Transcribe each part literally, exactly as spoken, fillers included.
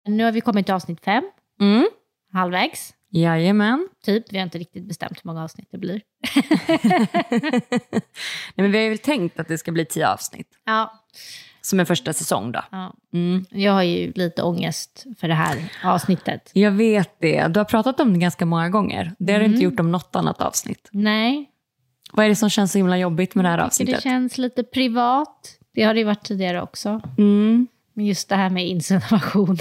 Nu har vi kommit till avsnitt fem. Mm. Halvvägs. Jajamän. Typ, vi har inte riktigt bestämt hur många avsnitt det blir. Nej, men vi har ju väl tänkt att det ska bli tio avsnitt. Ja. Som en första säsong då. Ja. Mm. Jag har ju lite ångest för det här avsnittet. Jag vet det. Du har pratat om det ganska många gånger. Det har Mm. du inte gjort om något annat avsnitt. Nej. Vad är det som känns så himla jobbigt med det här Jag avsnittet? Det känns lite privat. Det har det ju varit tidigare också. Mm. Men just det här med insinuationen.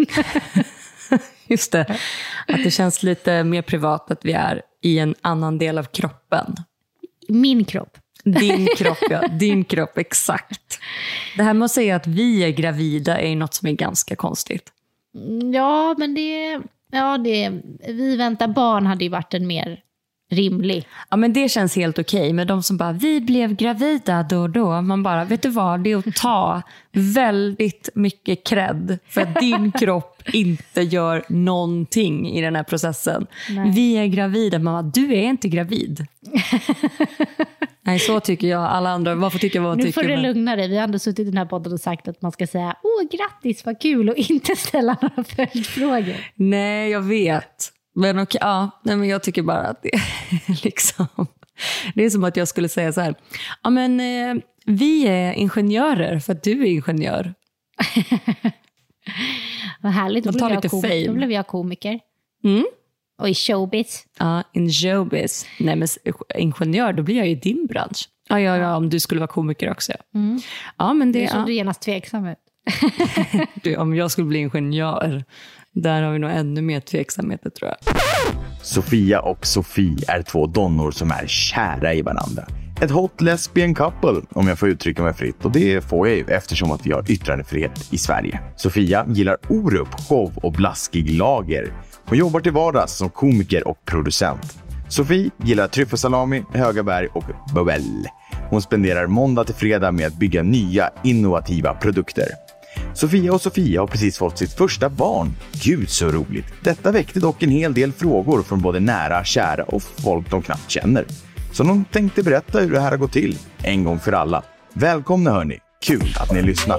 Just det. Att det känns lite mer privat att vi är i en annan del av kroppen. Min kropp. Din kropp, ja. Din kropp, exakt. Det här med att säga att vi är gravida är något som är ganska konstigt. Ja, men det... Ja, det... Vi väntar barn hade ju varit en mer rimlig. Ja, men det känns helt okej. Men de som bara, vi blev gravida då och då. Man bara, vet du vad? Det är att ta väldigt mycket cred för att din kropp inte gör någonting i den här processen. Nej. Vi är gravida. Man bara, du är inte gravid. Nej, så tycker jag. Alla andra, varför tycker jag vad man nu tycker? Nu får du men... lugna dig. Vi har ändå suttit i den här podden och sagt att man ska säga, åh grattis, vad kul, och inte ställa några följdfrågor. Nej, jag vet. Men okej, ja, nej, men jag tycker bara att det är liksom, det är som att jag skulle säga så här, ja men eh, vi är ingenjörer för att du är ingenjör. Vad härligt, då blev, jag kom- då blev jag komiker. Mm. Och i showbiz. Ja, in showbiz. Nej men ingenjör, då blir jag i din bransch. Ja, ja, ja, om du skulle vara komiker också. Mm. Ja, men det är... Så ja. du genast tveksam ut. du, om jag skulle bli ingenjör, där har vi nog ännu mer tveksamheter tror jag. Sofia och Sofie är två donnor som är kära i varandra. Ett hot lesbian couple, om jag får uttrycka mig fritt. Och det får jag ju eftersom att vi har yttrandefrihet i Sverige. Sofia gillar Orup, show och blaskig lager. Hon jobbar till vardags som komiker och producent. Sofie gillar tryffelsalami, höga berg och bubbel. Hon spenderar måndag till fredag med att bygga nya, innovativa produkter. Sofia och Sofia har precis fått sitt första barn. Gud så roligt. Detta väckte dock en hel del frågor från både nära, kära och folk de knappt känner. Så de tänkte berätta hur det här har gått till. En gång för alla. Välkomna hörni. Kul att ni lyssnar.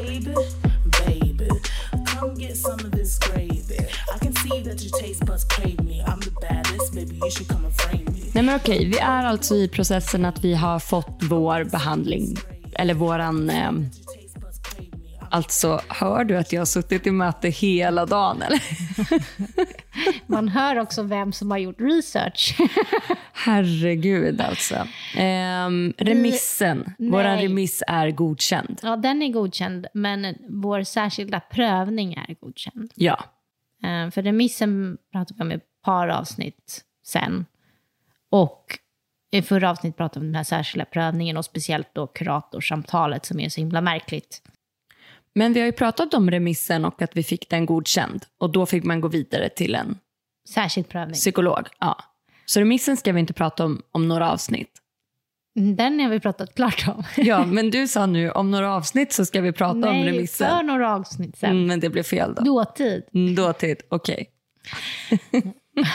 Nej men okej, vi är alltså i processen att vi har fått vår behandling. Eller våran... Eh, alltså, hör du att jag har suttit i möte hela dagen eller? Man hör också vem som har gjort research. Herregud alltså. Eh, remissen, Nej. våran remiss är godkänd. Ja, den är godkänd, men vår särskilda prövning är godkänd. Ja. Eh, för remissen pratade vi om ett par avsnitt sen. Och i förra avsnitt pratade vi om den här särskilda prövningen och speciellt då kuratorsamtalet som är så himla märkligt. Men vi har ju pratat om remissen och att vi fick den godkänd. Och då fick man gå vidare till en särskild prövning. Psykolog, ja. Så remissen ska vi inte prata om om några avsnitt. Den har vi pratat klart om. Ja, men du sa nu om några avsnitt så ska vi prata Nej, om remissen. Nej, för några avsnitt sen. Mm, men det blev fel då. Dåtid. Mm, dåtid, okej. Okay.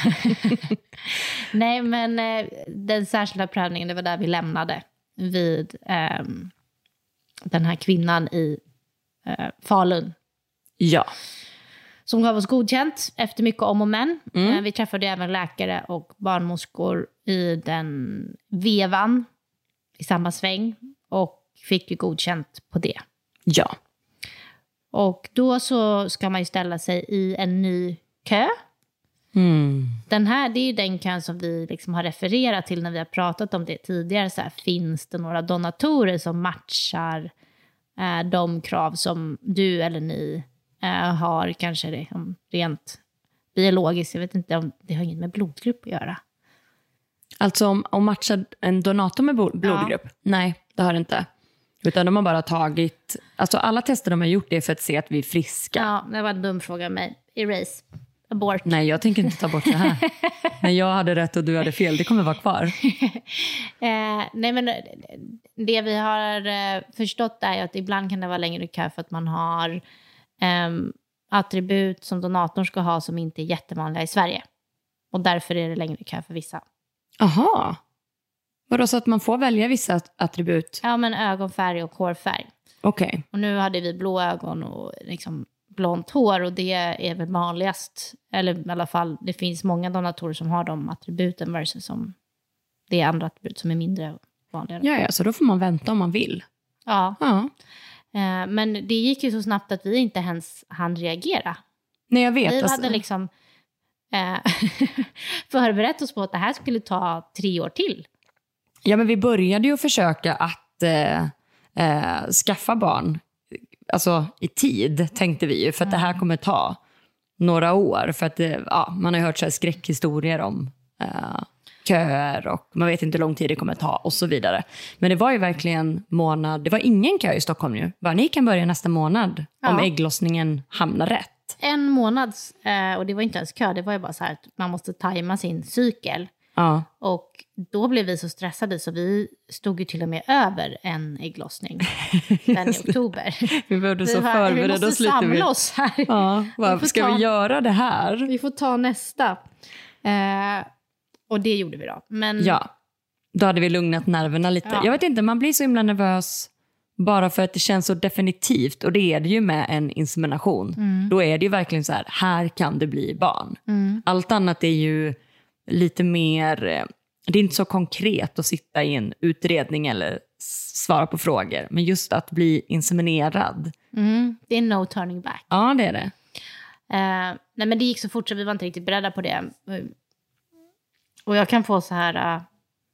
Nej, men eh, den särskilda prövningen, det var där vi lämnade vid eh, den här kvinnan i eh, Falun. Ja. Som gav oss godkänt efter mycket om och men. Mm. Eh, vi träffade även läkare och barnmorskor i den vevan i samma sväng och fick ju godkänt på det. Ja. Och då så ska man ju ställa sig i en ny kö. Mm. Den här, det är ju den kön som vi liksom har refererat till när vi har pratat om det tidigare. Så här, finns det några donatorer som matchar eh, de krav som du eller ni eh, har, kanske det, om, rent biologiskt. Jag vet inte om det har inget med blodgrupp att göra. Alltså om, om matchar en donator med blodgrupp? Ja. Nej, det har det inte. Utan de har bara tagit... Alltså alla tester de har gjort är för att se att vi är friska. Ja, det var en dum fråga av mig. Erase. Abort. Nej, jag tänker inte ta bort det här. Men jag hade rätt och du hade fel. Det kommer vara kvar. eh, nej, men det vi har eh, förstått är att ibland kan det vara längre kö för att man har eh, attribut som donatorn ska ha som inte är jättevanliga i Sverige. Och därför är det längre kö för vissa. Aha. Vadå, så att man får välja vissa attribut? Ja, men ögonfärg och hårfärg. Okej. Okay. Och nu hade vi blå ögon och liksom blont hår, och det är väl vanligast, eller i alla fall det finns många donatorer som har de attributen versus som det är andra attribut som är mindre vanliga. Ja, ja, så då får man vänta om man vill. Ja. Ja. Eh, men det gick ju så snabbt att vi inte ens hann reagera. Nej, jag vet. Vi alltså. hade liksom eh, förberett oss på att det här skulle ta tre år till. Ja, men vi började ju försöka att eh, eh, skaffa barn. Alltså i tid, tänkte vi ju. För att mm. det här kommer ta några år. För att det, ja, man har hört så här skräckhistorier om eh, köer. Och man vet inte hur lång tid det kommer ta och så vidare. Men det var ju verkligen månad. Det var ingen kö i Stockholm ju. Bara ni kan börja nästa månad ja. om ägglossningen hamnar rätt. En månad, och det var inte ens kö. Det var ju bara så här att man måste tajma sin cykel. Ja. Och då blev vi så stressade så vi stod ju till och med över en ägglossning den i oktober. Vi behövde så förbereda oss lite. Vi måste samla oss här. Ja, varför vi ska ta, vi göra det här? Vi får ta nästa. Eh, och det gjorde vi då. Men, ja, då hade vi lugnat nerverna lite. Ja. Jag vet inte, man blir så himla nervös bara för att det känns så definitivt. Och det är det ju med en insemination. Mm. Då är det ju verkligen så här, här kan det bli barn. Mm. Allt annat är ju lite mer, det är inte så konkret att sitta i en utredning eller svara på frågor. Men just att bli inseminerad. Mm, det är no turning back. Ja, det är det. Uh, nej, men det gick så fort så vi var inte riktigt beredda på det. Och jag kan få så här uh,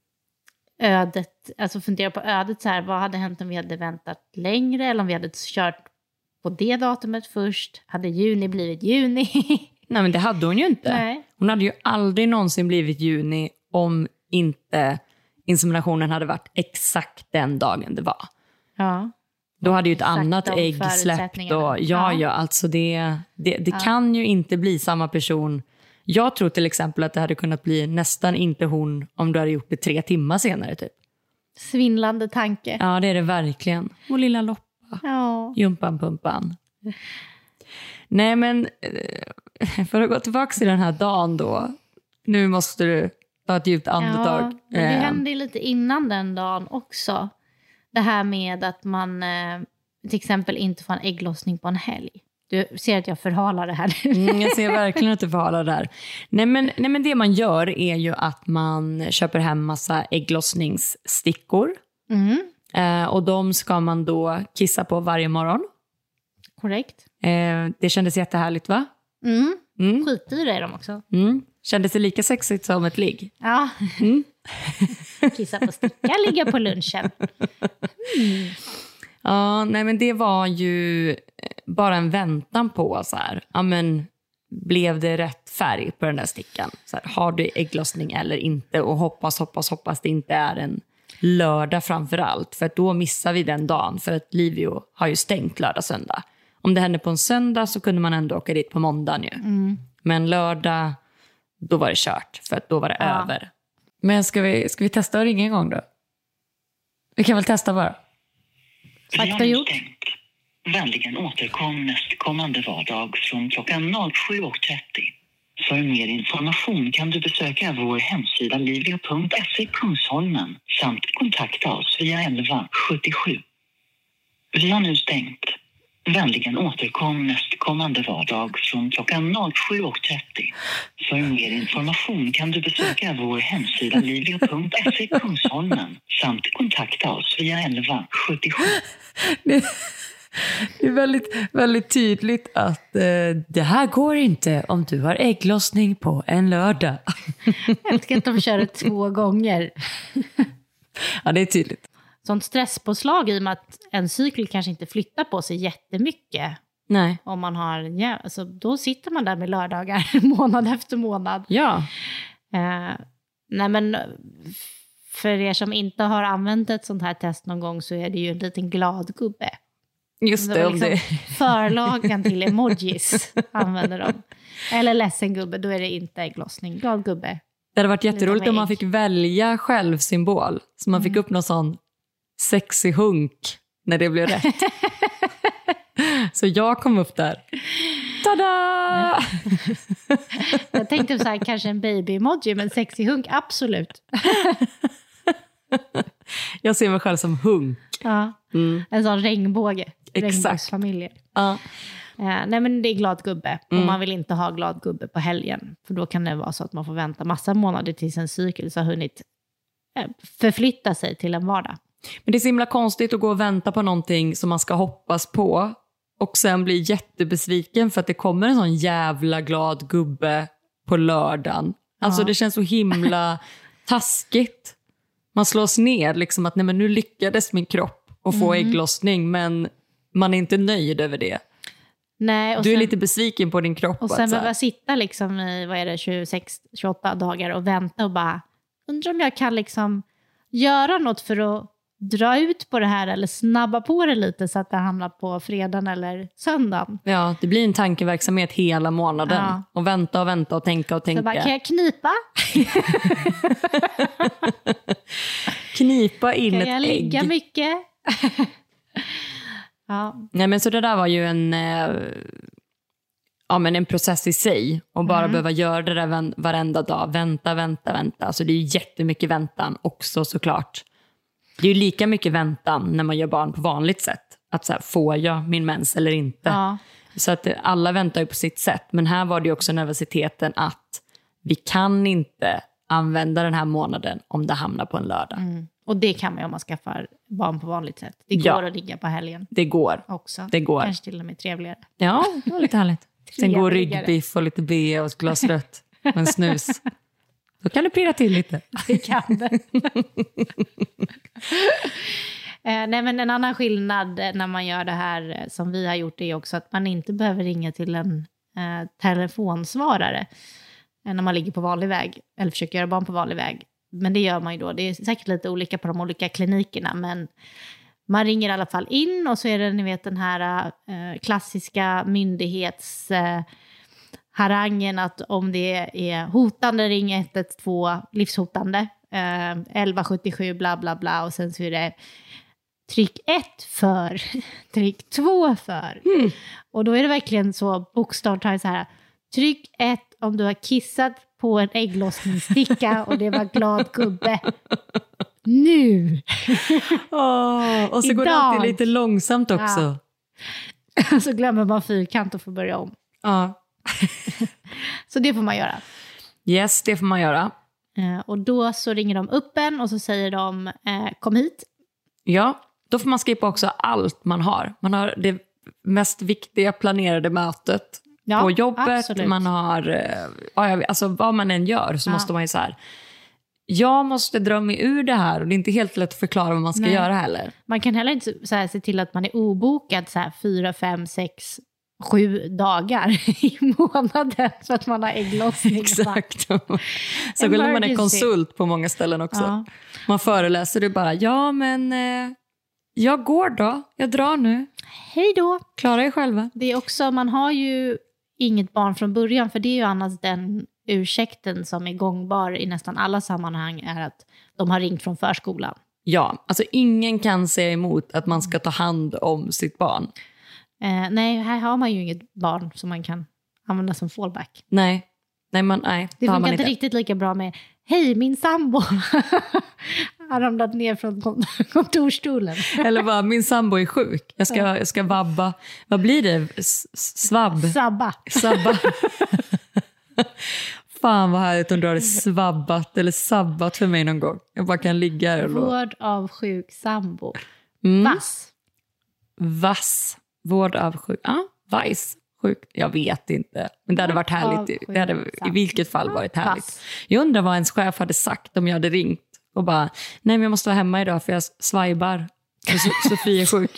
ödet, alltså fundera på ödet så här, vad hade hänt om vi hade väntat längre eller om vi hade kört på det datumet först? Hade juni blivit juni? Nej, men det hade hon ju inte. Nej. Hon hade ju aldrig någonsin blivit juni om inte inseminationen hade varit exakt den dagen det var. Ja. Då hade ju ett annat ägg släppt. Och, ja, ja, ja, alltså det, det, det ja. kan ju inte bli samma person. Jag tror till exempel att det hade kunnat bli nästan inte hon om du hade gjort det tre timmar senare typ. Svindlande tanke. Ja, det är det verkligen. Och lilla Loppa. Ja. Jumpan pumpan. Nej, men för att gå tillbaka till den här dagen då. Nu måste du ta ett djupt andetag. Ja, men det hände ju lite innan den dagen också. Det här med att man till exempel inte får en ägglossning på en helg. Du ser att jag förhalar det här. Mm, jag ser verkligen att du förhalar det här. Nej men, nej men det man gör är ju att man köper hem massa ägglossningsstickor. Mm. Eh, och de ska man då kissa på varje morgon. Korrekt. Eh, det kändes jättehärligt, va? Mm. Mm. Skitdyra är de också. Mm. Kändes det lika sexigt som ett ligg? Ja. Mm. Kissa på sticka, ligga på lunchen. Mm. Ja, nej men det var ju bara en väntan på så här. Ja, men blev det rätt färg på den där stickan? Så här, har du ägglossning eller inte? Och hoppas, hoppas, hoppas det inte är en lördag framför allt. För då missar vi den dagen. För att Livio har ju stängt lördag, söndag. Om det hände på en söndag så kunde man ändå åka dit på måndagen ju. Mm. Men lördag, då var det kört. För att då var det ja. över. Men ska vi, ska vi testa att ringa en gång då? Vi kan väl testa bara. Sagt och gjort. Vänligen återkom nästkommande vardag från klockan sju och trettio. För mer information kan du besöka vår hemsida livio punkt se Kungsholmen samt kontakta oss via elva sjuttiosju. Vi har nu stängt. Vänligen återkom nästkommande vardag från klockan sju och trettio. För mer information kan du besöka vår hemsida livio punkt se Kungsholmen samt kontakta oss via elva sjuttiosju. Det, det är väldigt, väldigt tydligt att eh, det här går inte om du har ägglossning på en lördag. Jag älskar att de kör det två gånger. Ja, det är tydligt. Sånt stresspåslag i och med att en cykel kanske inte flyttar på sig jättemycket. Nej. Om man har, ja, alltså, då sitter man där med lördagar månad efter månad. Ja. Eh, nej men för er som inte har använt ett sånt här test någon gång så är det ju en liten glad gubbe. Just det. det, Om liksom det. Förlagen till emojis använder de. Eller ledsen gubbe, då är det inte ägglossning. Glad gubbe. Det hade varit jätteroligt om man fick välja självsymbol. Så man fick mm. upp någon sån sexy hunk när det blev rätt. Så jag kom upp där. Tada! Jag tänkte så här, kanske en baby-emoji, men sexy hunk, absolut. Jag ser mig själv som hunk. Ja, mm. en sån regnbåge. Exakt. Regnbågsfamiljer. Ja. Eh, nej men det är glad gubbe. Mm. Och man vill inte ha glad gubbe på helgen. För då kan det vara så att man får vänta massa månader tills en cykel så har hunnit eh, förflytta sig till en vardag. Men det är så himla konstigt att gå och vänta på någonting som man ska hoppas på. Och sen bli jättebesviken för att det kommer en sån jävla glad gubbe på lördagen. Alltså Ja. det känns så himla taskigt. Man slås ner liksom att nej men nu lyckades min kropp att få Mm. ägglossning, men man är inte nöjd över det. Nej, och Du är sen, lite besviken på din kropp. och att sen så här- behöva sitta liksom i vad är det, tjugosex tjugoåtta dagar och vänta och bara undrar om jag kan liksom göra något för att dra ut på det här eller snabba på det lite så att det hamnar på fredagen eller söndagen. Ja, det blir en tankeverksamhet hela månaden. Ja. Och vänta och vänta och tänka och Så tänka. bara, kan jag knipa? Knipa in Kan ett jag ägg. ligga mycket? Ja, Nej, men så det där var ju en, eh, ja, men en process i sig. Och bara Mm. behöva göra det där vän- varenda dag. Vänta, vänta, vänta. Alltså det är ju jättemycket väntan också såklart. Det är ju lika mycket väntan när man gör barn på vanligt sätt. Att så här, får jag min mens eller inte? ja. Så att eh, alla väntar ju på sitt sätt. Men här var det ju också nervositeten att vi kan inte använda den här månaden om det hamnar på en lördag. Mm. Och det kan man ju om man skaffar barn på vanligt sätt. Det går Ja. att ligga på helgen Det går. också. Det går. Kanske till och med trevligare. Ja, det var lite härligt. Sen går Trevligare. ryggbiff och lite B och ett glas rött och en snus. Då kan du pirra till lite. Det kan det. eh, nej, men en annan skillnad när man gör det här eh, som vi har gjort är också att man inte behöver ringa till en eh, telefonsvarare eh, när man ligger på vanlig väg eller försöker göra barn på vanlig väg. Men det gör man ju då. Det är säkert lite olika på de olika klinikerna, men man ringer i alla fall in och så är det, ni vet, den här eh, klassiska myndighets... Eh, harangen att om det är hotande ring ett ett två, livshotande, eh, elva sjuttiosju bla bla bla, och sen så är det tryck ett för, tryck två för. Mm. Och då är det verkligen så bokstavligt så här, tryck ett om du har kissat på en ägglossningssticka och det var glad gubbe. Nu! Oh, och så går det Idag. alltid lite långsamt också. Så glömmer man fyrkant och får börja om. Ja. Så det får man göra. Yes, det får man göra. Eh, och då så ringer de upp en och så säger de eh, kom hit. Ja, då får man skippa också allt man har. Man har det mest viktiga planerade mötet Ja, på jobbet. absolut. Man har, eh, ja, jag vet, alltså vad man än gör så Ja. måste man ju så här, jag måste dra mig ur det här och det är inte helt lätt att förklara vad man ska Nej. göra heller. Man kan heller inte så här, se till att man är obokad så här, fyra, fem, sex, sju dagar i månaden så att man har ägglossning. Exakt. Så går man är Emergency. konsult på många ställen också. Ja. Man föreläser det bara, ja men eh, jag går då, jag drar nu. Hej då! Klara er själva. Det är också, man har ju inget barn från början, för det är ju annars den ursäkten som är gångbar i nästan alla sammanhang, är att de har ringt från förskolan. Ja, alltså ingen kan säga emot att man ska ta hand om sitt barn. Eh, nej, här har man ju inget barn som man kan använda som fallback. Nej, nej, man, nej Det har funkar man inte inte. riktigt lika bra med hej, min sambo har ramlat ner från kont- kontorstolen. Eller bara, min sambo är sjuk. Jag ska, jag ska vabba. Vad blir det? S- Svabb? Sabba. Sabba. Fan vad härligt om du hade svabbat eller sabbat för mig någon gång. Jag bara kan ligga här och lå- Vård av sjuk sambo. mm. Vass. Vass. Vård av sjuk. Ja, vajs. Sjuk. Jag vet inte. Men det hade varit härligt. Det hade i vilket fall varit härligt. Vass. Jag undrar vad ens chef hade sagt om jag hade ringt och bara, nej men jag måste vara hemma idag för jag svajbar. Och So- Sofie är sjuk.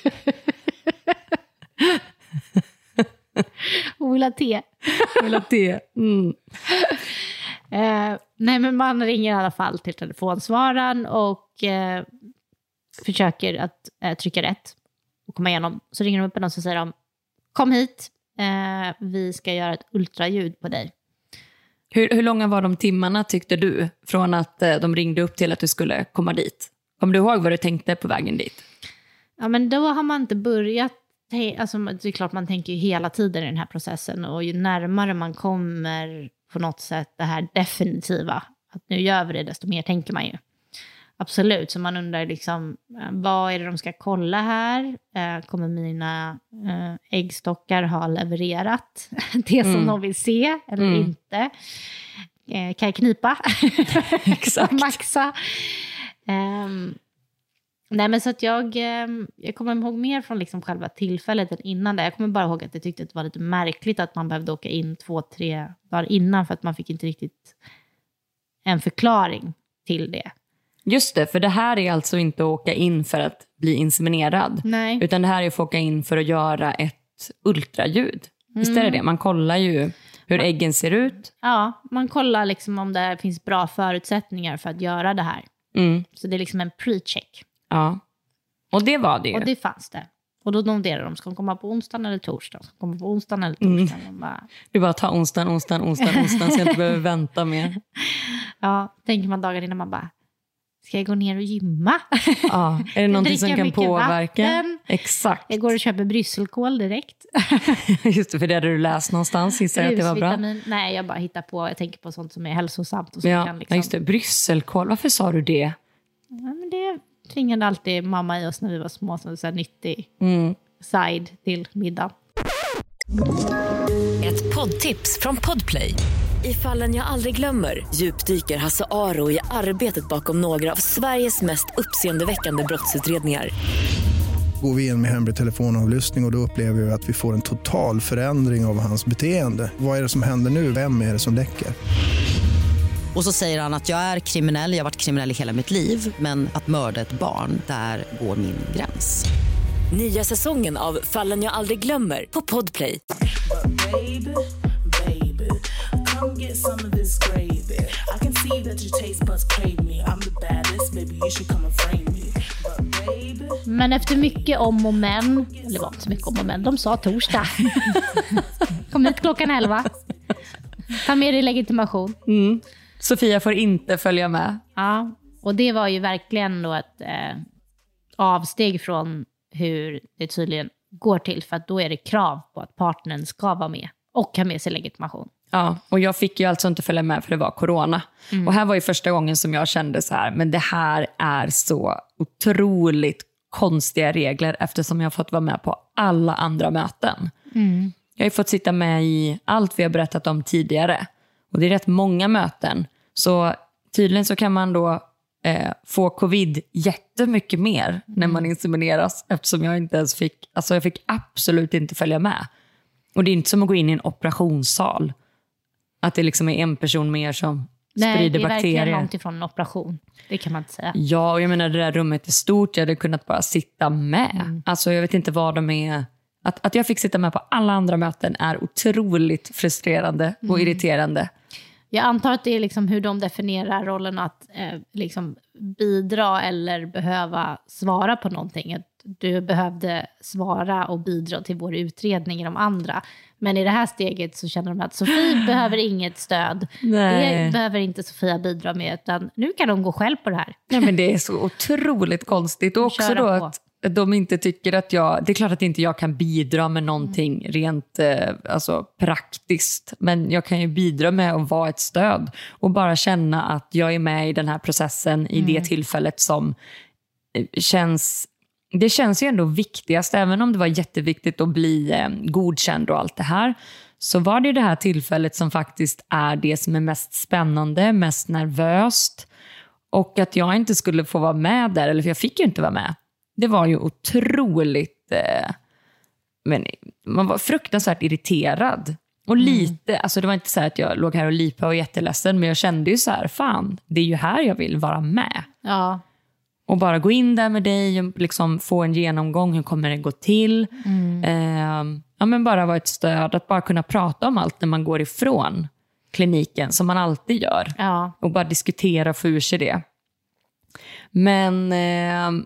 Hon vill ha te. Jag vill ha te. Mm. Eh, nej, men man ringer i alla fall till telefonsvararen och eh, försöker att eh, trycka rätt och komma igenom. Så ringer de upp en och så säger de, kom hit, eh, vi ska göra ett ultraljud på dig. Hur, hur långa var de timmarna tyckte du från att eh, de ringde upp till att du skulle komma dit? Kommer du ihåg vad du tänkte på vägen dit? Ja, men då har man inte börjat, alltså det är klart man tänker ju hela tiden i den här processen, och ju närmare man kommer på något sätt det här definitiva, att nu gör vi det, desto mer tänker man ju. absolut. Så man undrar liksom, vad är det de ska kolla här? Kommer mina äggstockar ha levererat det som mm. de vill se eller mm. inte? Kan jag knipa? Exakt. Maxa. Um, nej men så att jag, jag kommer ihåg mer från liksom själva tillfället än innan det. Jag kommer bara ihåg att jag tyckte att det var lite märkligt att man behövde åka in två, tre dagar innan för att man fick inte riktigt en förklaring till det. Just det, för det här är alltså inte att åka in för att bli inseminerad. Nej. Utan det här är att få åka in för att göra ett ultraljud. Visst är det det? Man kollar ju hur äggen ser ut. Ja, man kollar liksom om det finns bra förutsättningar för att göra det här. Mm. Så det är liksom en pre-check. Ja, och det var det ju. Och det fanns det. Och då noterade de, ska de komma på onsdagen eller torsdagen? Ska de komma på onsdagen eller torsdagen? Mm. Bara... Du bara tar onsdagen, onsdagen, onsdagen, onsdagen så jag inte behöver vänta mer. Ja, tänker man dagar innan man bara, ska jag gå ner och gymma? Ja, är det någonting som kan påverka? Vatten. Exakt. Jag går och köper brysselkål direkt. Just det, för det hade du läst någonstans. Gissar jag att det var bra? Nej, jag bara hittar på, jag tänker på sånt som är hälsosamt. Och som ja, kan liksom... just det, brysselkål. Varför sa du det? Ja, men det tvingade alltid mamma i oss när vi var små som en nyttig mm. side till middag. Ett poddtips från Podplay. I Fallen jag aldrig glömmer djupdyker Hasse Aro i arbetet bakom några av Sveriges mest uppseendeväckande brottsutredningar. Går vi in med hemlig telefonavlyssning och, och då upplever vi att vi får en total förändring av hans beteende. Vad är det som händer nu? Vem är det som läcker? Och så säger han att jag är kriminell, jag har varit kriminell i hela mitt liv. Men att mörda ett barn, där går min gräns. Nya säsongen av Fallen jag aldrig glömmer på Podplay. Baby, baby, come get some of this gravy. I can see that your taste buds crave me. I'm the baddest, baby, you should come and frame me. But baby... Men efter mycket om och men, eller det var inte så mycket om och men, de sa torsdag. Kom hit klockan elva. Ta med dig legitimation. Mm. Sofia får inte följa med. Ja, och det var ju verkligen då ett eh, avsteg från hur det tydligen går till. För att då är det krav på att partnern ska vara med och ha med sig legitimation. Ja, och jag fick ju alltså inte följa med för det var corona. Mm. Och här var ju första gången som jag kände så här, men det här är så otroligt konstiga regler eftersom jag har fått vara med på alla andra möten. Mm. Jag har ju fått sitta med i allt vi har berättat om tidigare. Och det är rätt många möten. Så tydligen så kan man då eh, få covid jättemycket mer mm. när man insemineras. Eftersom jag inte ens fick, alltså jag fick absolut inte följa med. Och det är inte som att gå in i en operationssal. Att det liksom är en person mer som Nej, sprider bakterier. Nej, det är verkligen långt ifrån en operation. Det kan man inte säga. Ja, och jag menar det där rummet är stort. Jag hade kunnat bara sitta med. Mm. Alltså jag vet inte vad de är... Att, att jag fick sitta med på alla andra möten är otroligt frustrerande och mm. irriterande. Jag antar att det är liksom hur de definierar rollen att eh, liksom bidra eller behöva svara på någonting. Att du behövde svara och bidra till vår utredning i de andra. Men i det här steget så känner de att Sofie behöver inget stöd. Nej. Det behöver inte Sofia bidra med, utan nu kan de gå själv på det här. Ja, men det är så otroligt konstigt. Och också då att de inte tycker att jag... Det är klart att inte jag kan bidra med någonting mm. rent eh, alltså, praktiskt. Men jag kan ju bidra med att vara ett stöd. Och bara känna att jag är med i den här processen i mm. det tillfället som känns... Det känns ju ändå viktigast, även om det var jätteviktigt att bli eh, godkänd och allt det här. Så var det det här tillfället som faktiskt är det som är mest spännande, mest nervöst. Och att jag inte skulle få vara med där, eller för jag fick ju inte vara med. Det var ju otroligt... Eh, men man var fruktansvärt irriterad. Och lite, mm. alltså det var inte så här att jag låg här och lipade och var jätteledsen. Men jag kände ju så här, fan, det är ju här jag vill vara med. Ja. Och bara gå in där med dig och liksom få en genomgång. Hur kommer det gå till? Mm. Eh, ja, men bara vara ett stöd. Att bara kunna prata om allt när man går ifrån kliniken. Som man alltid gör. Ja. Och bara diskutera och få ur sig det. Men eh,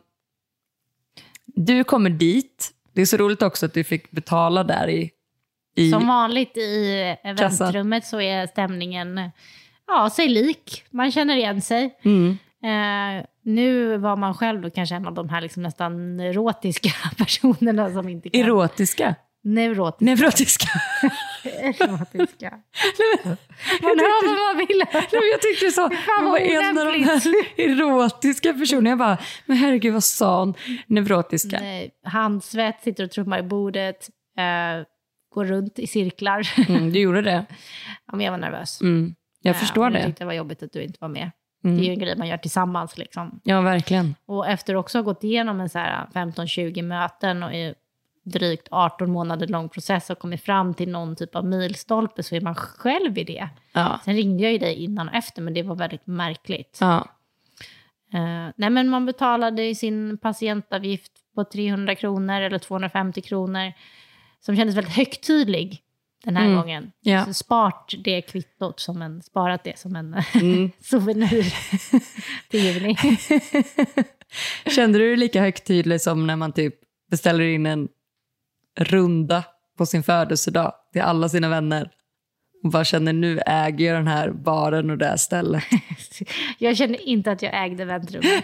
du kommer dit. Det är så roligt också att du fick betala där i, i Som vanligt i eventrummet så är stämningen ja, sig lik. Man känner igen sig. Mm. Eh, nu var man själv då kanske en av de här liksom nästan erotiska personerna som inte kan... Erotiska? Neurotiska. Neurotiska. Erotiska. Man hör vad man vill. Nej, jag tyckte så. Fan, Man var en av de här erotiska personerna. Jag bara, men herregud vad sa hon? Neurotiska. Nej, handsvett, sitter och trummar i bordet. Eh, går runt i cirklar. Mm, du gjorde det. Ja, men jag var nervös. Mm, jag eh, förstår jag det. Jag tyckte det var jobbigt att du inte var med. Mm. Det är ju en grej man gör tillsammans. Liksom. Ja, verkligen. Och efter också ha gått igenom en så här femton tjugo möten och i drygt arton månader lång process och kommit fram till någon typ av milstolpe, så är man själv i det. Ja. Sen ringde jag ju dig innan och efter, men det var väldigt märkligt. Ja. Uh, nej, men man betalade i sin patientavgift på trehundra kronor eller tvåhundrafemtio kronor som kändes väldigt högtidlig den här Mm. gången. Ja. Så spart det kvittot som en, sparat det som en Mm. souvenir till juni. Kände du dig lika högtidlig som när man typ beställer in en runda på sin födelsedag till alla sina vänner och bara känner, nu äger jag den här baren och det här stället? Jag känner inte att jag ägde väntrummet.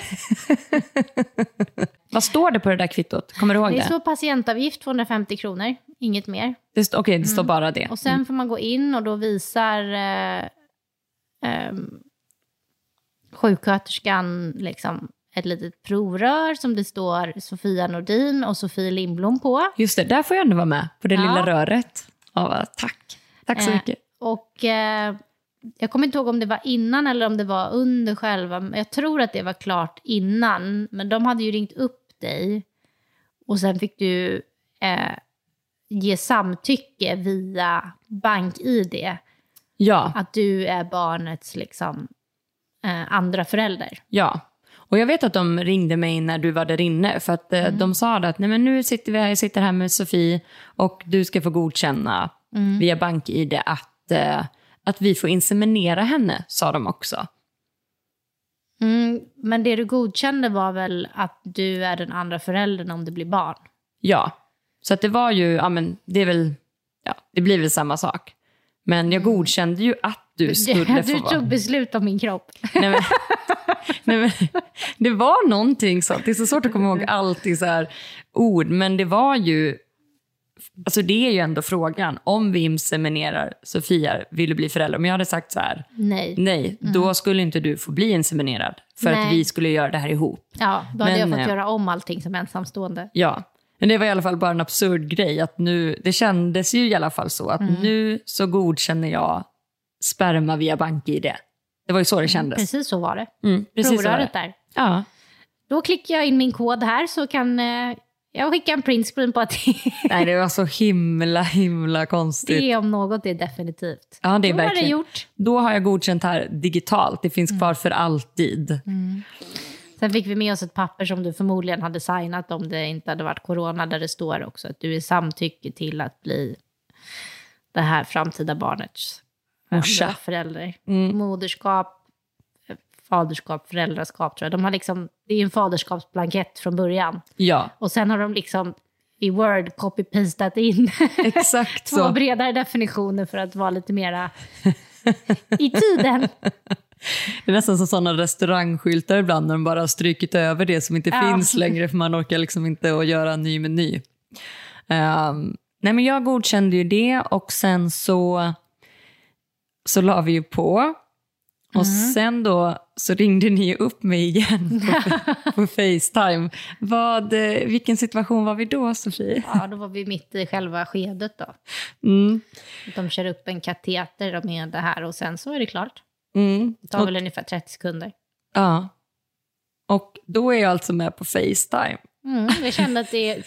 Vad står det på det där kvittot? Kommer du ihåg det? Det står patientavgift tvåhundrafemtio kronor, inget mer. det st- Okej, okay, det står Mm. bara det. Och sen får man gå in och då visar eh, eh, sjuksköterskan liksom ett litet provrör som det står Sofia Nordin och Sofie Lindblom på. Just det, där får jag ändå vara med på det Ja. lilla röret. Ja, tack. Tack så Eh, mycket. Och eh, jag kommer inte ihåg om det var innan eller om det var under själva. Jag tror att det var klart innan. Men de hade ju ringt upp dig. Och sen fick du eh, ge samtycke via bank-I D. Ja, Att du är barnets liksom, eh, andra förälder. ja. Och jag vet att de ringde mig när du var där inne. För att eh, de sa att nej, men nu sitter vi här, jag sitter här med Sofie och du ska få godkänna Mm. via bank-I D att, eh, att vi får inseminera henne, sa de också. Mm, men det du godkände var väl att du är den andra föräldern om det blir barn? Ja, så att det var ju, ja men det är väl, ja, det blir väl samma sak. Men jag godkände ju att du skulle Du, få du vara. tog beslut om min kropp. Nej, men, nej, men, det var någonting sånt. Det är så svårt att komma ihåg allt i så här ord. Men det var ju, alltså det är ju ändå frågan. Om vi inseminerar Sofia, vill du bli förälder? Om jag hade sagt så här, Nej. nej, då skulle inte du få bli inseminerad. För Nej. att vi skulle göra det här ihop. Ja, då hade Men, jag fått eh, göra om allting som ensamstående. Ja, men det var i alla fall bara en absurd grej. Att nu, det kändes ju i alla fall så att nu så godkänner jag sperma via bank-I D. Det var ju så det kändes. Precis så var det. Mm, precis så var Provröret det. där. Ja. Då klickar jag in min kod här så kan eh, jag skicka en printscreen på att Nej, det var så himla, himla konstigt. det om något är definitivt. Ja, det är Då var det verkligen. gjort. Då har jag godkänt här digitalt. Det finns kvar för alltid. Sen fick vi med oss ett papper som du förmodligen hade signat om det inte hade varit corona, där det står också att du är samtycke till att bli det här framtida barnets Morsa. andra förälder. Moderskap, faderskap, föräldraskap tror jag. De har liksom, det är en faderskapsblankett från början. Ja, Och sen har de liksom i Word copy-pastat in exakt två så. bredare definitioner för att vara lite mera i tiden. Det är nästan som sådana restaurangskyltar ibland när de bara har strykit över det som inte Ja. finns längre för man orkar liksom inte att göra en ny meny. Um, nej men jag godkände ju det och sen så, så la vi ju på. Och sen då så ringde ni upp mig igen på, på FaceTime. Vad, eh, vilken situation var vi då, Sofie? Ja, då var vi mitt i själva skedet då. Mm. De kör upp en kateter med det här och sen så är det klart. Mm. Det tar Och, väl ungefär trettio sekunder. ja. Och då är jag alltså med på FaceTime. Mm, jag kände att det är...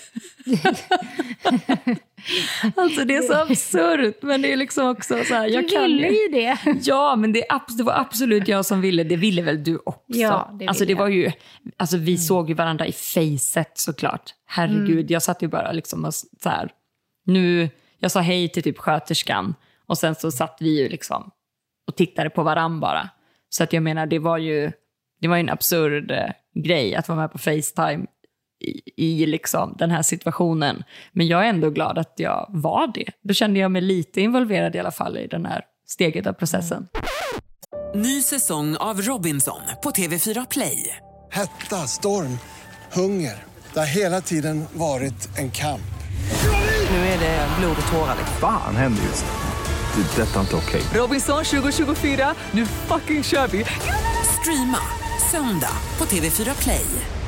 Alltså det är så absurt, men det är liksom också så här, jag Du kan ville ju det. Ja, men det, är abs- det var absolut jag som ville. Det ville väl du också? Ja, det alltså det vill jag. var ju, alltså vi såg ju varandra i facet såklart. Herregud, Mm. jag satt ju bara liksom och så här. Nu, jag sa hej till typ sköterskan och sen så satt vi ju liksom och tittade på varann bara. Så att jag menar, det var ju, det var ju en absurd eh, grej att vara med på FaceTime i, i liksom den här situationen. Men jag är ändå glad att jag var det. Då kände jag mig lite involverad i alla fall i den här steget av processen. Ny säsong av Robinson på T V fyra Play. Hetta, storm, hunger. Det har hela tiden varit en kamp. Nu är det blod och tårar. Fan händer just det. Det är detta inte okej. Robinson tjugo tjugofyra, nu fucking kör vi! Streama söndag på T V fyra Play.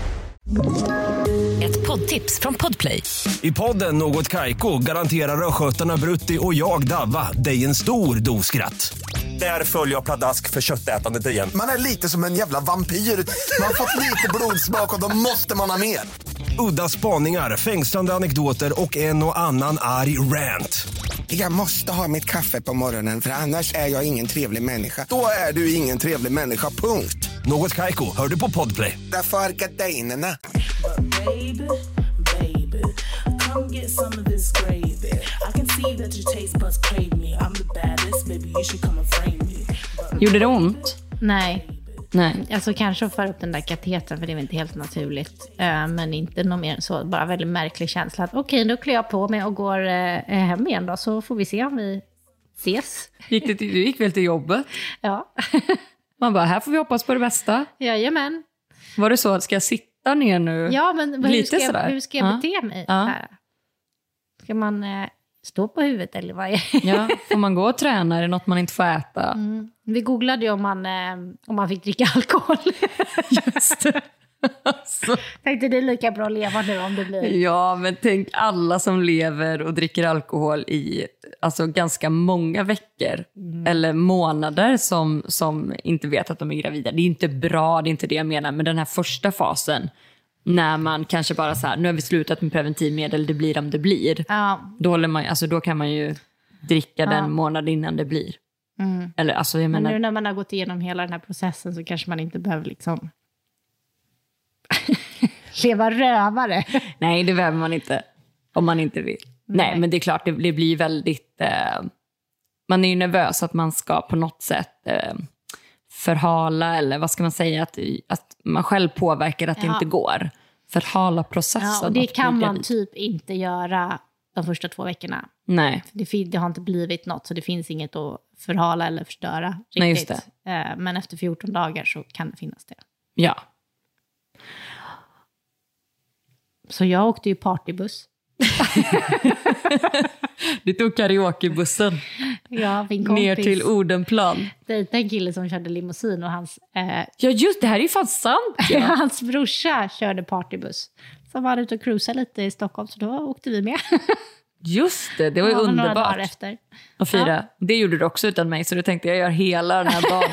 Ett poddtips från Podplay. I podden Något Kaiko garanterar östgötarna Brutti och jag Davva dig en stor dos skratt. Där följer jag pladask för köttätandet igen. Man är lite som en jävla vampyr. Man har fått lite blodsmak och då måste man ha mer. Udda spaningar, fängslande anekdoter och en och annan arg rant. Jag måste ha mitt kaffe på morgonen, för annars är jag ingen trevlig människa. Då är du ingen trevlig människa, punkt. Något Kaiko, hör du på Podplay. Därför är gardinerna. Baby, baby, come get some of this gravy. I can see that your taste buds crave me. I'm the baddest, baby, you should come and frame me. Gjorde det ont? Nej. Nej. Alltså kanske att föra upp den där katetern, för det är inte helt naturligt. Uh, men inte något mer än så. Bara väldigt märklig känsla. Okej, okay, då klär jag på mig och går uh, hem igen då. Så får vi se om vi ses. Gick det, du gick väl till jobbet? Ja. Man bara, här får vi hoppas på det bästa. Jajamän. Var det så att ska jag sitta ner nu? Ja, men hur lite ska, jag, sådär? hur ska jag bete ja. mig? Ja. Här? Ska man uh, stå på huvudet eller vad är Ja, får man gå och träna? Är det något man inte får äta? Mm. Vi googlade ju om man, eh, om man fick dricka alkohol. Just det. Alltså. Tänkte det är lika bra att leva nu om det blir. Ja, men tänk alla som lever och dricker alkohol i alltså, ganska många veckor mm. eller månader som, som inte vet att de är gravida. Det är inte bra, det är inte det jag menar. Men den här första fasen, när man kanske bara så här, nu har vi slutat med preventivmedel, det blir om det blir. Ja. Då, håller man, alltså, då kan man ju dricka ja. den månad innan det blir. Mm. Eller, alltså, jag menar... Men nu när man har gått igenom hela den här processen så kanske man inte behöver liksom leva rövare. Nej, det behöver man inte. Om man inte vill. Nej, Nej men det är klart, det, det blir väldigt... Eh, man är ju nervös att man ska på något sätt eh, förhala, eller vad ska man säga, att, att man själv påverkar att ja. det inte går. Förhala processen. Ja, och det kan man typ inte göra de första två veckorna. Nej. Det, det har inte blivit något, så det finns inget att förhala eller förstöra riktigt. Nej, just det. Eh, men efter fjorton dagar så kan det finnas det. Ja. Så jag åkte ju partybuss. Du tog karaokebussen. Ja, min kompis. Ner till Odenplan. Det är en kille som körde limousin och hans... Eh, ja, just det här är ju fan sant. Ja. Hans brorsa körde partybuss. Så var ute och cruisade lite i Stockholm, så då åkte vi med. Just det, det var ju ja, underbart. Några dagar efter. Och fira. Ja. Det gjorde du också utan mig, så då tänkte jag gör hela den här dagen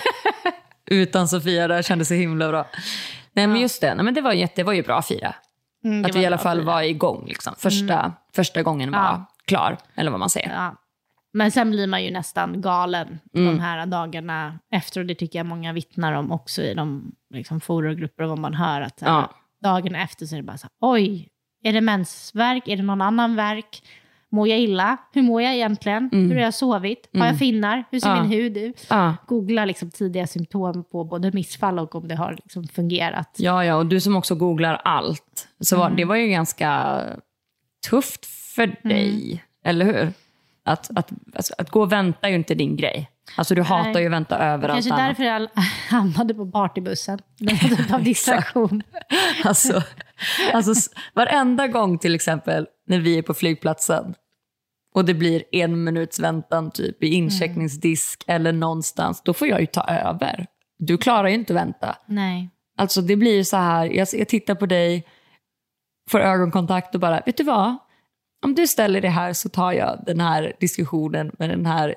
utan Sofia. Där kändes så himla bra. Nej, men just det. Nej, men det var jätte, det var ju bra att fira. Mm, att vi i alla fall var igång liksom. Första, mm. första gången var ja. klar, eller vad man säger. Ja. Men sen blir man ju nästan galen mm. de här dagarna efter. Och det tycker jag många vittnar om också i de liksom, forum och grupper, och vad man hör. Att ja. dagen efter så är det bara så här, oj, är det mensvärk? Är det någon annan verk? Mår jag illa? Hur mår jag egentligen? Mm. Hur har jag sovit? Har jag Mm. finnar? Hur ser Ja. min hud ut? Ja. Googla liksom tidiga symptom på både missfall och om det har liksom fungerat. Ja, ja, och du som också googlar allt. Så var, Mm. det var ju ganska tufft för dig, eller hur? Att, att, alltså, att gå och vänta är ju inte din grej. Alltså du hatar Nej. ju att vänta överallt. Kanske annat. därför jag hamnade på partybussen. Den typ av distraktion. alltså, alltså s- varenda gång till exempel när vi är på flygplatsen och det blir en minuts väntan typ i incheckningsdisk mm. eller någonstans, då får jag ju ta över. Du klarar ju inte att vänta. Nej. Alltså det blir ju så här, jag, jag tittar på dig, får ögonkontakt och bara, vet du vad? Om du ställer det här så tar jag den här diskussionen med den här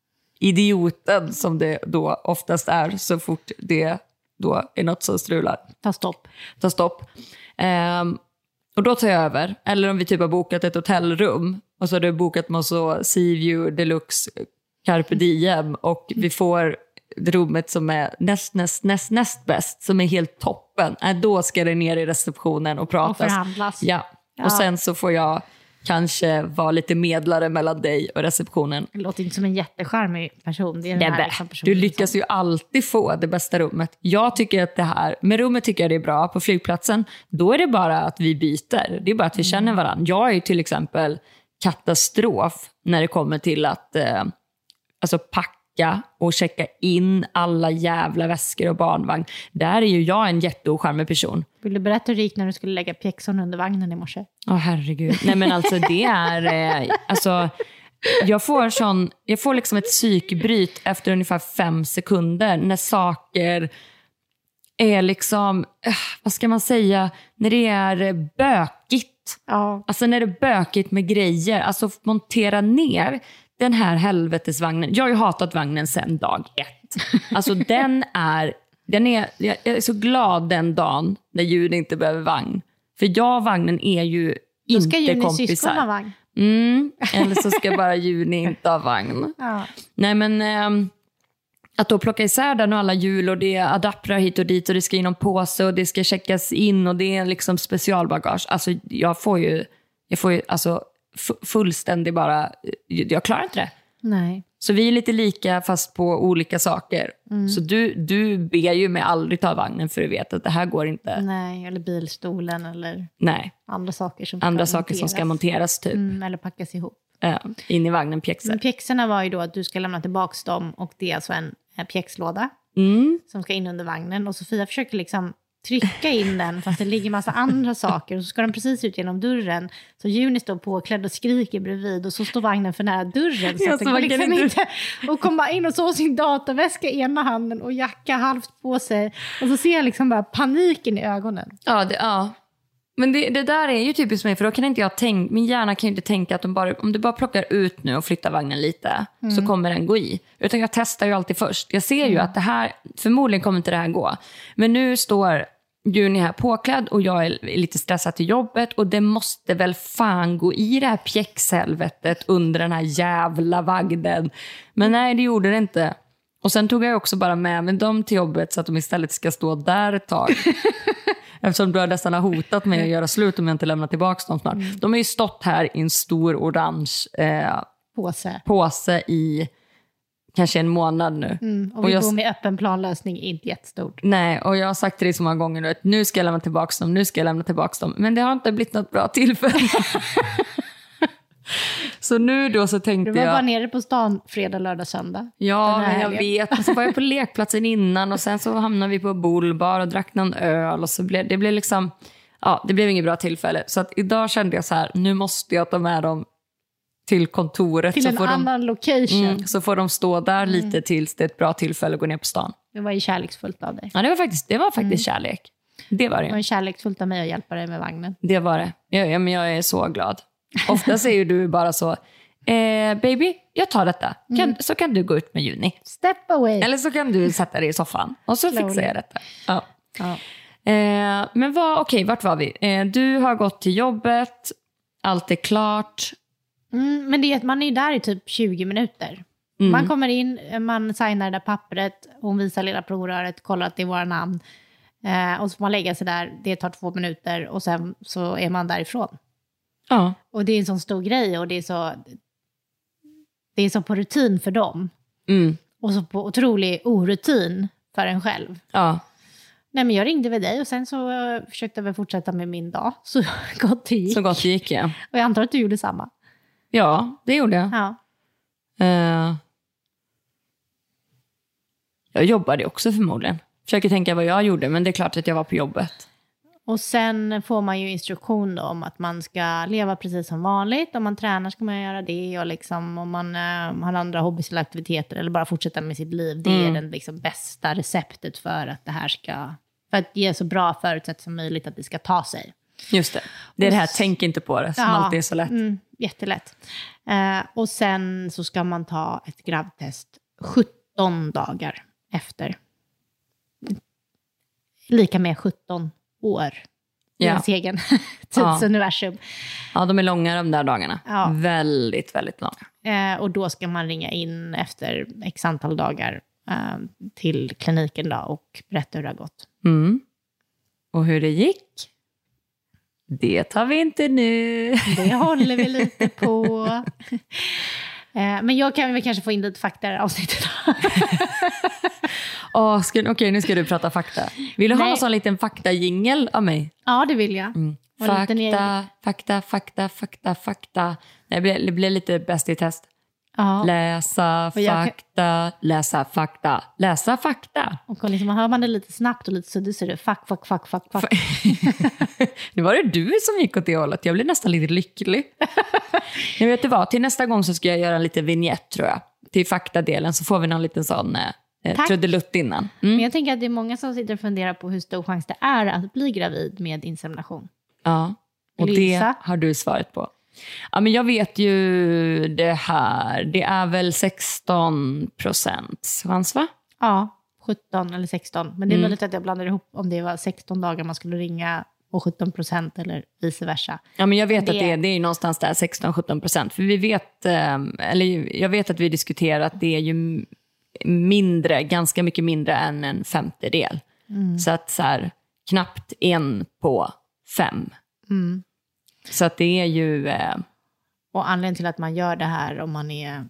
idioten som det då oftast är så fort det då är något som strular. Ta stopp. Ta stopp. Um, och då tar jag över. Eller om vi typ har bokat ett hotellrum och så har du bokat med så Sea View Deluxe Carpe Diem och vi får rummet som är näst, näst, näst, näst bäst, som är helt toppen. Äh, då ska det ner i receptionen och pratas. Och förhandlas. Ja. Ja. Och sen så får jag kanske vara lite medlare mellan dig och receptionen. Det låter inte som en jättecharmig person. Det är den Nej, här liksom du lyckas ju alltid få det bästa rummet. Jag tycker att det här, med rummet tycker jag det är bra. På flygplatsen, då är det bara att vi byter. Det är bara att vi mm. känner varandra. Jag är ju till exempel katastrof när det kommer till att eh, alltså packa packa och checka in alla jävla väskor och barnvagn. Där är ju jag en jätteocharmig person. Vill du berätta hur det gick när du skulle lägga pjäxorna under vagnen i morse? Åh oh, herregud. Nej men alltså det är... Eh, alltså, jag får sån... Jag får liksom ett psykbryt efter ungefär fem sekunder när saker är liksom... Eh, vad ska man säga? När det är bökigt. Ja. Alltså när det är bökigt med grejer. Alltså montera ner den här helvetesvagnen. Jag har ju hatat vagnen sedan dag ett. Alltså den är... Den är jag är så glad den dagen när Juni inte behöver vagn. För jag och vagnen är ju Då inte ska Juni kompisar. syskon ha vagn. Mm, eller så ska bara Juni inte ha vagn. Ja. Nej men... Ähm, att då plocka isär den och alla hjul och det är adaptrar hit och dit och det ska in någon påse och det ska checkas in och det är liksom specialbagage. Alltså jag får ju, jag får ju alltså fullständigt bara, jag klarar inte det. Nej. Så vi är lite lika fast på olika saker. Mm. Så du, du ber ju mig aldrig ta vagnen för du vet att det här går inte. Nej, eller bilstolen eller Nej. andra saker som andra saker som ska monteras typ. Mm, eller packas ihop. Ja, in i vagnen pjäxor. Men pjäxorna var ju då att du ska lämna tillbaka dem och det är alltså en, en pjäxlåda mm. som ska in under vagnen och Sofia försöker liksom trycka in den fast det ligger massa andra saker och så ska den precis ut genom dörren så Juni står påklädd och skriker bredvid och så står vagnen för nära dörren så ja, att det går liksom inte och komma in och så sin dataväska i ena handen och jacka halvt på sig och så ser jag liksom bara paniken i ögonen. Ja, det, ja. Men det, det där är ju typiskt mig för då kan inte jag tänka, min hjärna kan ju inte tänka att de bara, om du bara plockar ut nu och flyttar vagnen lite mm. så kommer den gå i. Utan jag testar ju alltid först. Jag ser ju mm. att det här, förmodligen kommer inte det här gå. Men nu står Juni här påklädd och jag är lite stressad till jobbet och det måste väl fan gå i det här pjäxhelvetet under den här jävla vagnen. Men nej, det gjorde det inte. Och sen tog jag också bara med mig dem till jobbet så att de istället ska stå där ett tag. Eftersom du har nästan hotat mig att göra slut om jag inte lämnar tillbaka dem snart. Mm. De har ju stått här i en stor orange eh, påse. påse i kanske en månad nu. Mm, och vi och jag, bor med öppen planlösning, inte jättestort. Nej, och jag har sagt till dig så många gånger nu att nu ska jag lämna tillbaka dem, nu ska jag lämna tillbaka dem. Men det har inte blivit något bra tillfälle. Så nu då så tänkte jag... Du var jag, bara nere på stan fredag, lördag, söndag. Ja, men jag vet. Och så var jag på lekplatsen innan och sen så hamnade vi på bullbar och drack någon öl. Och så blev det blev liksom... Ja, det blev inget bra tillfälle. Så att idag kände jag så här, nu måste jag ta med dem till kontoret. Till så en får annan de, location. Mm, så får de stå där mm. lite tills det är ett bra tillfälle att gå ner på stan. Det var ju kärleksfullt av dig. Ja, det var faktiskt, det var faktiskt mm. kärlek. Det var det. Det var kärleksfullt av mig att hjälpa dig med vagnen. Det var det. Jag, jag, men jag är så glad. Ofta säger du bara så... Eh, baby, jag tar detta. Kan, mm. Så kan du gå ut med Juni. Step away. Eller så kan du sätta dig i soffan. Och så Slowly. fixar jag detta. Ja. Ja. Eh, men vad, okej, vart var vi? Eh, du har gått till jobbet. Allt är klart. Mm, men det är att man är där i typ tjugo minuter. Mm. Man kommer in, man signar det där pappret. Hon visar lilla provröret, kollar att det är våra namn. Eh, och så får man lägga sig där. Det tar två minuter och sen så är man därifrån. Ja. Och det är en sån stor grej och det är så... Det är så på rutin för dem. Mm. Och så på otrolig orutin för en själv. Ja. Nej, men jag ringde med dig och sen så uh, försökte jag fortsätta med min dag. Så gott det gick. Så gott det gick, ja. Och jag antar att du gjorde samma. Ja, det gjorde jag. Ja. Uh, jag jobbade också förmodligen. Försöker tänka vad jag gjorde, men det är klart att jag var på jobbet. Och sen får man ju instruktion då om att man ska leva precis som vanligt. Om man tränar ska man göra det. Och liksom, om man uh, har andra hobbys eller aktiviteter eller bara fortsätta med sitt liv. Det Mm. är den liksom bästa receptet för att det här ska... För att ge så bra förutsättningar som möjligt att det ska ta sig. Just det. Det är och det här, s- tänk inte på det, som Ja, alltid är så lätt. Mm, jättelätt. Uh, och sen så ska man ta ett gravtest sjutton dagar efter. Lika med sjutton år. I Ja. ens egen Ja. tidsuniversum. Ja, de är långa de där dagarna. Ja. Väldigt, väldigt långa. Eh, och då ska man ringa in efter x antal dagar eh, till kliniken då och berätta hur det har gått. Mm. Och hur det gick, det tar vi inte nu. Det håller vi lite på. eh, men jag kan väl kanske få in lite fakta i det här avsnittet. oh, Okej, okay, nu ska du prata fakta. Vill du Nej. ha en sån liten fakta-jingel av mig? Ja, det vill jag. Mm. Och en liten Fakta, fakta, fakta, fakta, fakta. Nej, det blir, det blir lite bäst i test. Ja. Läsa Och jag fakta, läsa fakta, läsa fakta. Och liksom, hör man det lite snabbt och lite suddigt så är det fuck, fuck, fuck, fuck, fuck. Nu var det du som gick åt det hållet. Jag blev nästan lite lycklig. Jag vet du vad, till nästa gång så ska jag göra en liten vignett tror jag. Till faktadelen så får vi någon liten sån eh, trudelutt innan. Mm. Men jag tänker att det är många som sitter och funderar på hur stor chans det är att bli gravid med insemination. Ja, och det har du svaret på. Ja, men jag vet ju det här. Det är väl sexton procent chans, va? Ja, sjutton eller sexton. Men det är Mm. möjligt att jag blandar ihop om det var sexton dagar man skulle ringa och sjutton procent eller vice versa. Ja, men jag vet det... att det är, det är någonstans där sexton till sjutton procent. För vi vet, eh, eller jag vet att vi diskuterar att det är ju mindre, ganska mycket mindre än en femtedel. Mm. Så att så här, knappt en på fem. Mm. Så att det är ju... Eh... Och anledningen till att man gör det här om man är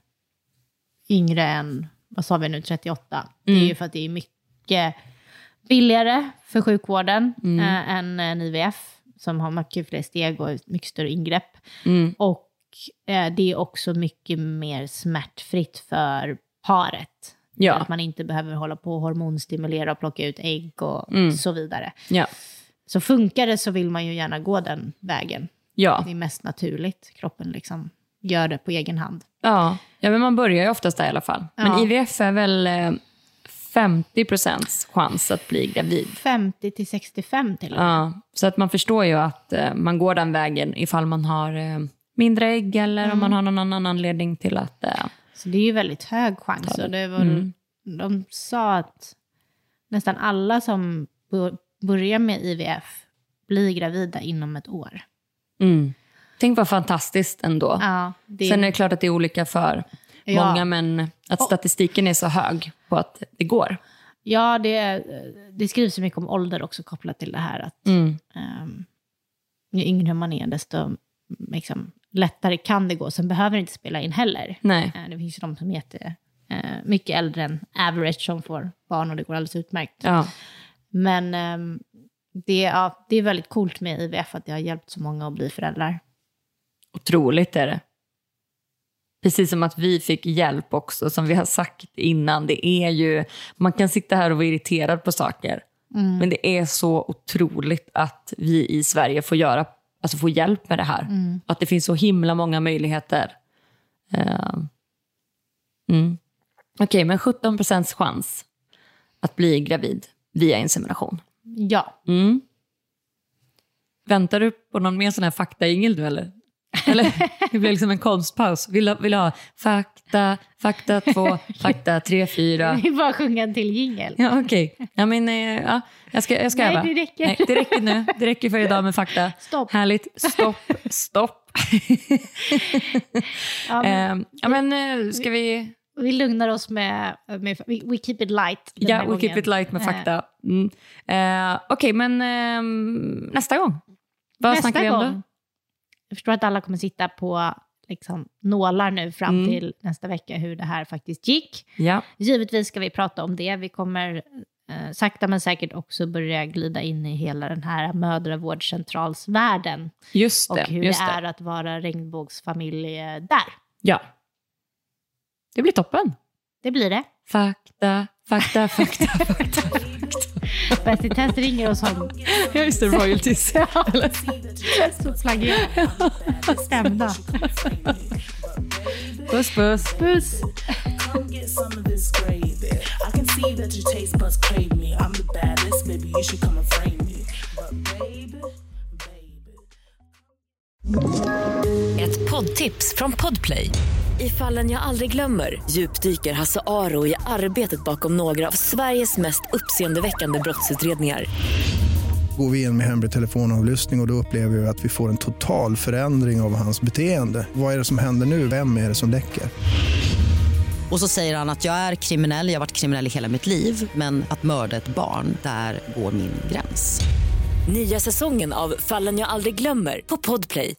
yngre än, vad sa vi nu, trettioåtta. Mm. Det är ju för att det är mycket billigare för sjukvården mm. äh, än en I V F. Som har mycket fler steg och mycket större ingrepp. Mm. Och äh, det är också mycket mer smärtfritt för paret. Ja. Att man inte behöver hålla på och hormonstimulera och plocka ut ägg och mm. så vidare. Ja. Så funkar det så vill man ju gärna gå den vägen. Ja. Det är mest naturligt. Kroppen liksom gör det på egen hand. Ja, ja men man börjar ju oftast där i alla fall. Men ja. I V F är väl eh, femtio procent chans att bli gravid. femtio till sextiofem till och med. Ja, så att man förstår ju att eh, man går den vägen ifall man har eh, mindre ägg eller mm. om man har någon annan anledning till att... Eh, så det är ju väldigt hög chans. Det. Och det var, mm. De sa att nästan alla som börjar med I V F blir gravida inom ett år. Mm. Tänk vad fantastiskt ändå. Ja, det... Sen är det klart att det är olika för ja. många, men att statistiken är så hög på att det går. Ja, det, det skrivs så mycket om ålder också kopplat till det här. Att mm. um, ju yngre man är, desto liksom, lättare kan det gå. Sen behöver det inte spela in heller. Nej. Uh, det finns ju de som är jätte, uh, mycket äldre än average som får barn och det går alldeles utmärkt. Ja. Men um, det, ja, det är väldigt coolt med I V F att det har hjälpt så många att bli föräldrar. Otroligt är det. Precis som att vi fick hjälp också, som vi har sagt innan. Det är ju, man kan sitta här och vara irriterad på saker. Mm. Men det är så otroligt att vi i Sverige får göra, alltså få hjälp med det här. Mm. Att det finns så himla många möjligheter. Uh, mm. Okej, okay, men sjutton procent chans att bli gravid via insemination. Ja. Mm. Väntar du på någon mer sån här faktaingel du eller? Eller det blir liksom en konstpaus. Vill du ha fakta, fakta två, fakta tre, fyra. Vi bara sjunga en till jingle. Ja, okej. Okay. Ja, men ja, jag ska, jag ska Nej, öva. det räcker. Nej, det räcker nu. Det räcker för idag med fakta. Stopp. Härligt. Stopp, stopp. ja, men, um, ja, men ska vi... Vi lugnar oss med, med we keep it light. Ja, we gången. keep it light med fakta. Mm. Uh, Okej, okay, men um, nästa gång. Vad nästa snackar vi om gång. då? Jag förstår att alla kommer sitta på liksom, nålar nu fram Mm. till nästa vecka hur det här faktiskt gick. Ja. Givetvis ska vi prata om det. Vi kommer eh, sakta men säkert också börja glida in i hela den här mödravårdscentralsvärlden. Just det. Och hur just det det är att vara regnbågsfamilj eh, där. Ja. Det blir toppen. Det blir det. Fakta, fakta, fakta, fakta. Bäst i test ringer oss om. Ja, just det, royalties. Så flaggerar. Stämda. Puss, puss. Puss. Come get some of this gravy. I can see that your taste buds crave me. I'm the baddest, maybe you should come and frame me. But baby, baby. Ett poddtips från Podplay. I Fallen jag aldrig glömmer djupdyker Hasse Aro i arbetet bakom några av Sveriges mest uppseendeväckande brottsutredningar. Går vi in med hemlig telefonavlyssning och, och då upplever vi att vi får en total förändring av hans beteende. Vad är det som händer nu? Vem är det som läcker? Och så säger han att jag är kriminell, jag har varit kriminell i hela mitt liv. Men att mörda ett barn, där går min gräns. Nya säsongen av Fallen jag aldrig glömmer på Podplay.